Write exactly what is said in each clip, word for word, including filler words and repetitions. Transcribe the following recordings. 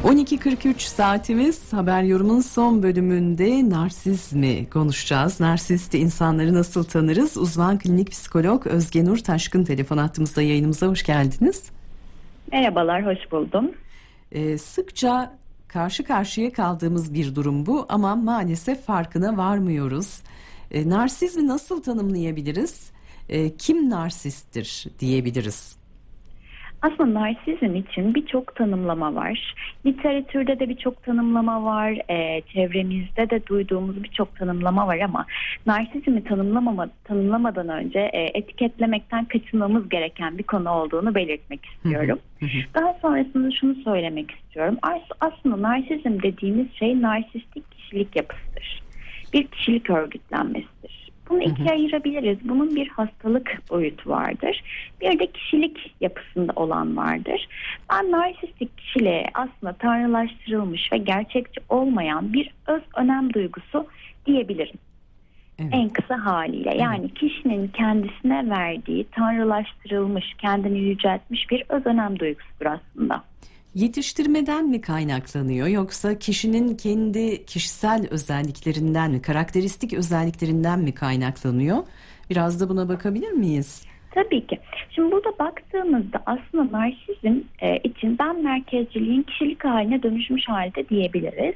on iki kırk üç saatimiz. Haber Yorum'un son bölümünde narsizmi konuşacağız. Narsist insanları nasıl tanırız? Uzman klinik psikolog Özgenur Taşkın telefon hattımızda, yayınımıza hoş geldiniz. Merhabalar, hoş buldum. Ee, sıkça karşı karşıya kaldığımız bir durum bu ama maalesef farkına varmıyoruz. Ee, narsizmi nasıl tanımlayabiliriz? Ee, kim narsisttir diyebiliriz? Aslında narsizm için birçok tanımlama var. Literatürde de birçok tanımlama var. E, çevremizde de duyduğumuz birçok tanımlama var ama narsizmi tanımlamama, tanımlamadan önce e, etiketlemekten kaçınmamız gereken bir konu olduğunu belirtmek istiyorum. Daha sonrasında şunu söylemek istiyorum. Aslında narsizm dediğimiz şey narsistik kişilik yapısıdır. Bir kişilik örgütlenmesidir. Bunu ikiye ayırabiliriz. Bunun bir hastalık boyutu vardır. Bir de kişilik yapısında olan vardır. Ben narsistik kişiliğe aslında tanrılaştırılmış ve gerçekçi olmayan bir öz önem duygusu diyebilirim. Evet. En kısa haliyle. Yani evet. Kişinin kendisine verdiği tanrılaştırılmış, kendini yüceltmiş bir öz önem duygusudur aslında. Yetiştirmeden mi kaynaklanıyor yoksa kişinin kendi kişisel özelliklerinden mi, karakteristik özelliklerinden mi kaynaklanıyor? Biraz da buna bakabilir miyiz? Tabii ki. Şimdi burada baktığımızda aslında narsizm e, için ben merkezciliğin kişilik haline dönüşmüş halde diyebiliriz.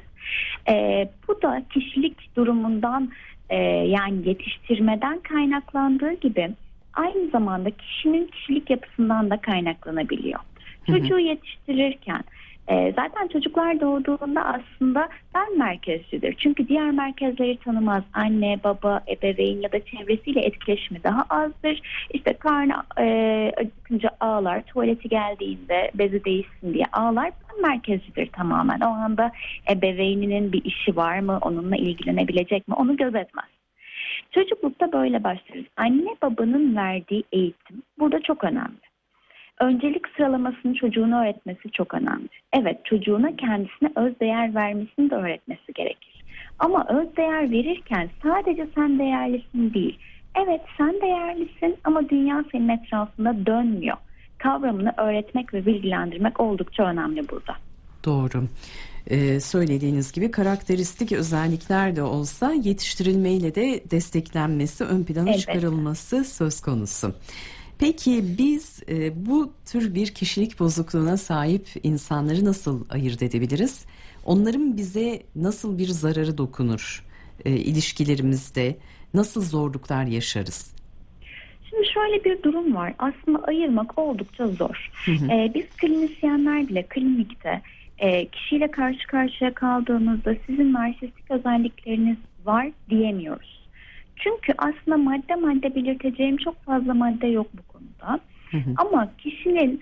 E, bu da kişilik durumundan e, yani yetiştirmeden kaynaklandığı gibi aynı zamanda kişinin kişilik yapısından da kaynaklanabiliyor. Çocuğu yetiştirirken e, zaten çocuklar doğduğunda aslında ben merkezcidir. Çünkü diğer merkezleri tanımaz. Anne, baba, ebeveyn ya da çevresiyle etkileşimi daha azdır. İşte karnı e, acıkınca ağlar, tuvaleti geldiğinde bezi değişsin diye ağlar. Ben merkezcidir tamamen. O anda ebeveyninin bir işi var mı, onunla ilgilenebilecek mi onu gözetmez. Çocuklukta böyle başlarız. Anne babanın verdiği eğitim burada çok önemli. Öncelik sıralamasını çocuğuna öğretmesi çok önemli. Evet, çocuğuna kendisine öz değer vermesini de öğretmesi gerekir. Ama öz değer verirken sadece sen değerlisin değil. Evet, sen değerlisin ama dünya senin etrafında dönmüyor. Kavramını öğretmek ve bilgilendirmek oldukça önemli burada. Doğru. Ee, söylediğiniz gibi karakteristik özellikler de olsa yetiştirilmeyle de desteklenmesi, ön plana evet. çıkarılması söz konusu. Peki biz e, bu tür bir kişilik bozukluğuna sahip insanları nasıl ayırt edebiliriz? Onların bize nasıl bir zararı dokunur? E, ilişkilerimizde nasıl zorluklar yaşarız? Şimdi şöyle bir durum var. Aslında ayırmak oldukça zor. Hı hı. E, biz klinisyenler bile klinikte e, kişiyle karşı karşıya kaldığımızda sizin narsistik özellikleriniz var diyemiyoruz. Çünkü aslında madde madde belirteceğim çok fazla madde yok bu konuda. Hı hı. Ama kişinin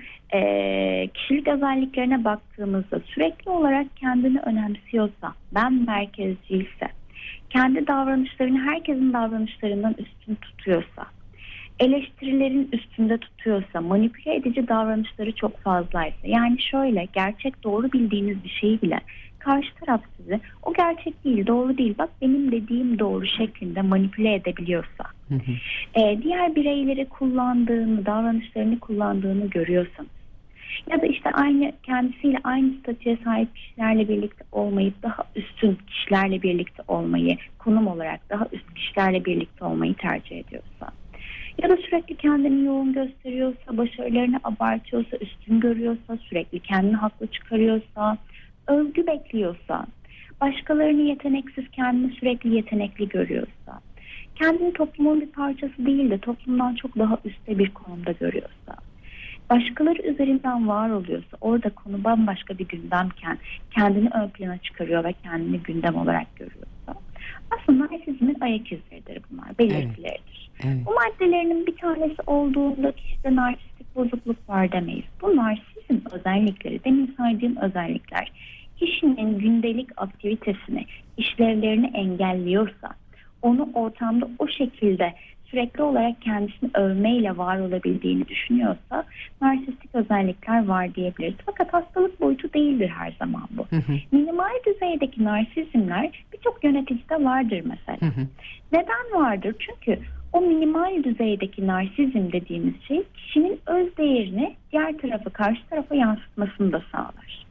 e, kişilik özelliklerine baktığımızda sürekli olarak kendini önemsiyorsa, ben merkezciyse, kendi davranışlarını herkesin davranışlarından üstün tutuyorsa, eleştirilerin üstünde tutuyorsa, manipüle edici davranışları çok fazlaysa, yani şöyle gerçek doğru bildiğiniz bir şeyi bile karşı taraf sizi o gerçek değil, doğru değil, bak benim dediğim doğru şeklinde manipüle edebiliyorsa, hı hı. E, diğer bireyleri kullandığını, davranışlarını kullandığını görüyorsanız ya da işte aynı kendisiyle aynı statüye sahip kişilerle birlikte olmayıp daha üstün kişilerle birlikte olmayı, konum olarak daha üst kişilerle birlikte olmayı tercih ediyorsa ya da sürekli kendini yoğun gösteriyorsa, başarılarını abartıyorsa, üstün görüyorsa, sürekli kendini haklı çıkarıyorsa, övgü bekliyorsa, başkalarını yeteneksiz, kendini sürekli yetenekli görüyorsa, kendini toplumun bir parçası değil de toplumdan çok daha üstte bir konumda görüyorsa, başkaları üzerinden var oluyorsa, orada konu bambaşka bir gündemken kendini ön plana çıkarıyor ve kendini gündem olarak görüyorsa, aslında narsizmin ayak izleridir bunlar, belirtileridir. Evet. Evet. Bu maddelerinin bir tanesi olduğunda kişide narsistik bozukluk var demeyiz. Bu narsizm özellikleri, demin saydığım özellikler, kişinin gündelik aktivitesini, işlevlerini engelliyorsa, onu ortamda o şekilde sürekli olarak kendisini övmeyle var olabildiğini düşünüyorsa narsistik özellikler var diyebiliriz. Fakat hastalık boyutu değildir her zaman bu. Hı hı. Minimal düzeydeki narsizmler birçok yöneticide vardır mesela. Hı hı. Neden vardır? Çünkü o minimal düzeydeki narsizm dediğimiz şey kişinin öz değerini diğer tarafa, karşı tarafa yansıtmasını da sağlar.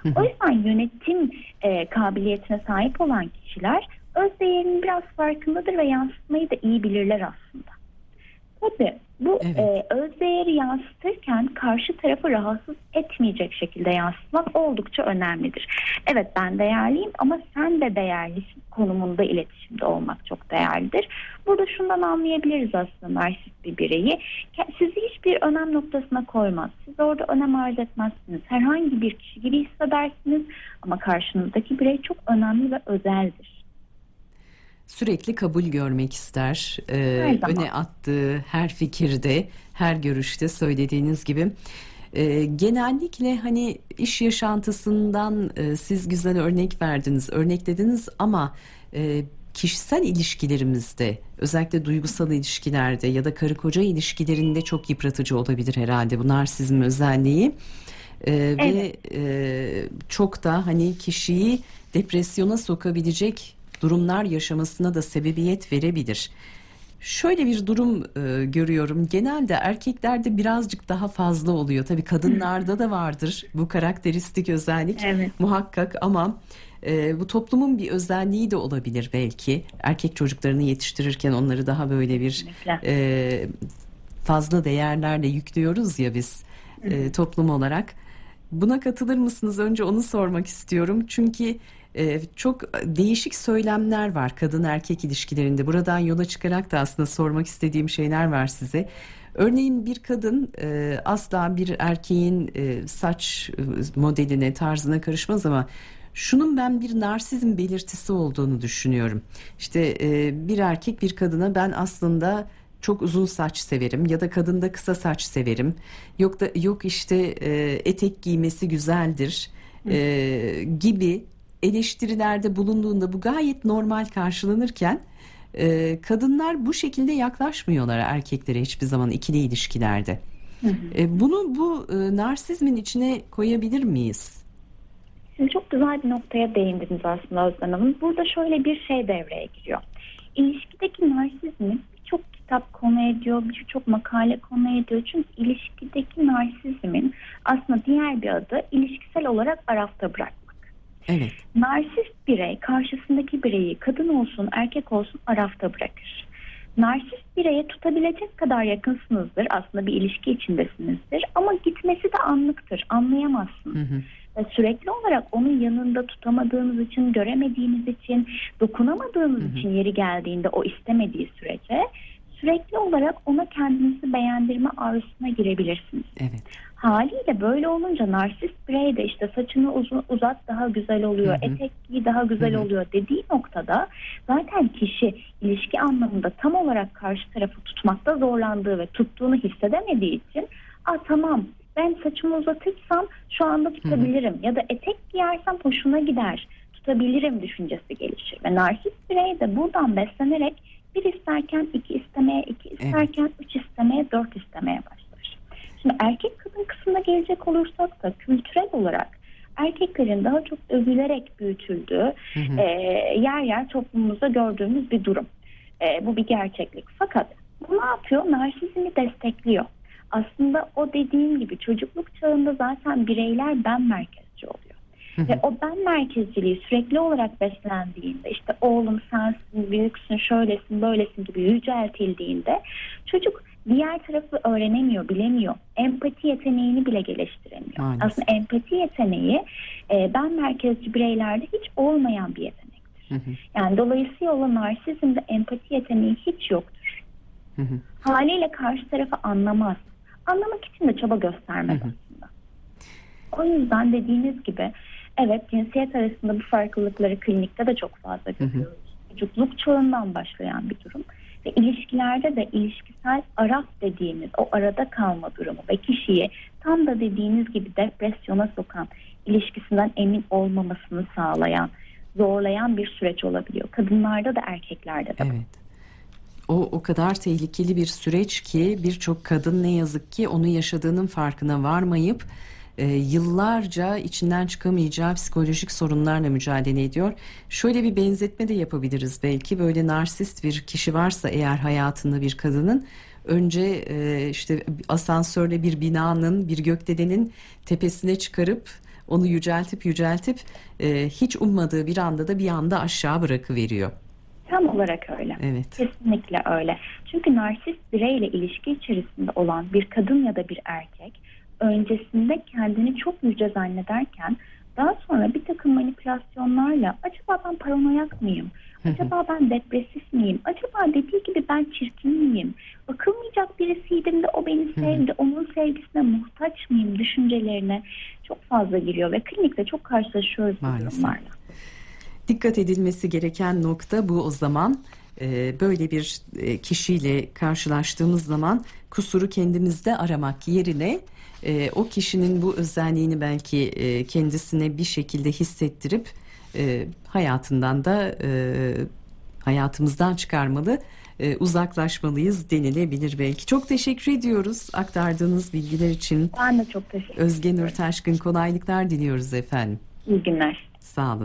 O yüzden yönetim e, kabiliyetine sahip olan kişiler öz değerinin biraz farkındadır ve yansıtmayı da iyi bilirler aslında. Tabii bu Evet. e, öz değeri yansıtırken karşı tarafı rahatsız etmeyecek şekilde yansıtmak oldukça önemlidir. Evet, ben değerliyim ama sen de değerlisin konumunda iletişimde olmak çok değerlidir. Burada şundan anlayabiliriz aslında narsist bir bireyi. Sizi hiçbir önem noktasına koymaz. Siz orada önem arz etmezsiniz. Herhangi bir kişi gibi hissedersiniz ama karşınızdaki birey çok önemli ve özeldir. Sürekli kabul görmek ister. Ee, öne attığı her fikirde, her görüşte söylediğiniz gibi. Ee, genellikle hani iş yaşantısından e, siz güzel örnek verdiniz, örneklediniz ama e, kişisel ilişkilerimizde, özellikle duygusal ilişkilerde ya da karı koca ilişkilerinde çok yıpratıcı olabilir herhalde bu narsizm özelliği. Ee, evet. Ve e, çok da hani kişiyi depresyona sokabilecek durumlar yaşamasına da sebebiyet verebilir. Şöyle bir durum e, görüyorum. Genelde erkeklerde birazcık daha fazla oluyor. Tabii kadınlarda da vardır bu karakteristik özellik, evet, muhakkak, ama e, bu toplumun bir özelliği de olabilir belki. Erkek çocuklarını yetiştirirken onları daha böyle bir e, fazla değerlerle yüklüyoruz ya biz e, toplum olarak. Buna katılır mısınız? Önce onu sormak istiyorum. Çünkü Ee, çok değişik söylemler var kadın erkek ilişkilerinde. Buradan yola çıkarak da aslında sormak istediğim şeyler var size. Örneğin bir kadın e, asla bir erkeğin e, saç modeline, tarzına karışmaz ama şunun ben bir narsizm belirtisi olduğunu düşünüyorum. İşte e, bir erkek bir kadına ben aslında çok uzun saç severim ya da kadında kısa saç severim. Yok da yok işte e, etek giymesi güzeldir e, gibi eleştirilerde bulunduğunda bu gayet normal karşılanırken e, kadınlar bu şekilde yaklaşmıyorlar erkeklere hiçbir zaman ikili ilişkilerde. Hı hı. E, bunu bu e, narsizmin içine koyabilir miyiz? Siz çok güzel bir noktaya değindiniz aslında Özlem Hanım. Burada şöyle bir şey devreye giriyor. İlişkideki narsizmi birçok kitap konu ediyor, birçok makale konu ediyor. Çünkü ilişkideki narsizmin aslında diğer bir adı ilişkisel olarak arafta bırakmak. Evet. Narsist birey karşısındaki bireyi kadın olsun erkek olsun arafta bırakır. Narsist bireye tutabilecek kadar yakınsınızdır. Aslında bir ilişki içindesinizdir. Ama gitmesi de anlıktır. Anlayamazsınız. Hı hı. Ve sürekli olarak onun yanında tutamadığınız için, göremediğiniz için, dokunamadığınız hı hı. için yeri geldiğinde o istemediği sürece sürekli olarak ona kendinizi beğendirme arzusuna girebilirsiniz. Evet. Haliyle böyle olunca narsist birey de işte saçını uzun, uzat daha güzel oluyor, hı hı. etek giy daha güzel hı hı. oluyor dediği noktada zaten kişi ilişki anlamında tam olarak karşı tarafı tutmakta zorlandığı ve tuttuğunu hissedemediği için "Aa, tamam ben saçımı uzatırsam şu anda tutabilirim hı hı. ya da etek giyersem hoşuna gider, tutabilirim" düşüncesi gelişir. Ve narsist birey de buradan beslenerek bir isterken iki istemeye, iki isterken evet. üç istemeye, dört istemeye başlar. Şimdi erkek kadın kısmına gelecek olursak da kültürel olarak erkeklerin daha çok övülerek büyütüldüğü hı hı. E, yer yer toplumumuzda gördüğümüz bir durum. E, bu bir gerçeklik. Fakat bu ne yapıyor? Narsizmi destekliyor. Aslında o dediğim gibi çocukluk çağında zaten bireyler ben merkezci oluyor. Hı hı. Ve o ben merkezciliği sürekli olarak beslendiğinde işte oğlum sensin, büyüksün, şöylesin, böylesin gibi yüceltildiğinde çocuk diğer tarafı öğrenemiyor, bilemiyor. Empati yeteneğini bile geliştiremiyor. Maalesef. Aslında empati yeteneği e, ben merkezci bireylerde hiç olmayan bir yetenektir. Hı hı. Yani dolayısıyla narsizmde empati yeteneği hiç yoktur. Hı hı. Haliyle karşı tarafı anlamaz. Anlamak için de çaba göstermez hı hı. aslında. O yüzden dediğiniz gibi evet, cinsiyet arasında bu farklılıkları klinikte de çok fazla görüyoruz. Çocukluk çağından başlayan bir durum. Ve ilişkilerde de ilişkisel araf dediğimiz o arada kalma durumu ve kişiyi tam da dediğiniz gibi depresyona sokan, ilişkisinden emin olmamasını sağlayan, zorlayan bir süreç olabiliyor. Kadınlarda da erkeklerde de. Evet. O o kadar tehlikeli bir süreç ki birçok kadın ne yazık ki onu yaşadığının farkına varmayıp e, yıllarca içinden çıkamayacağı psikolojik sorunlarla mücadele ediyor. Şöyle bir benzetme de yapabiliriz belki. Böyle narsist bir kişi varsa eğer hayatında bir kadının, önce e, işte asansörle bir binanın, bir gökdelenin tepesine çıkarıp onu yüceltip yüceltip e, hiç ummadığı bir anda da bir anda aşağı bırakıveriyor. Tam olarak öyle. Evet. Kesinlikle öyle. Çünkü narsist bireyle ilişki içerisinde olan bir kadın ya da bir erkek öncesinde kendini çok yüce zannederken daha sonra bir takım manipülasyonlarla acaba ben paranoyak mıyım? Acaba ben depresif miyim? Acaba dediği gibi ben çirkin miyim? Bakılmayacak birisiydim de o beni sevdi. Onun sevgisine muhtaç mıyım? Düşüncelerine çok fazla giriyor ve klinikte çok karşılaşıyoruz bu durumlarla. Dikkat edilmesi gereken nokta bu o zaman. Ee, böyle bir kişiyle karşılaştığımız zaman kusuru kendimizde aramak yerine e, o kişinin bu özelliğini belki e, kendisine bir şekilde hissettirip e, hayatından da e, hayatımızdan çıkarmalı, e, uzaklaşmalıyız denilebilir belki. Çok teşekkür ediyoruz aktardığınız bilgiler için. Ben de çok teşekkür ederim. Özge Nur Taşkın, kolaylıklar diliyoruz efendim. İyi günler. Sağ olun.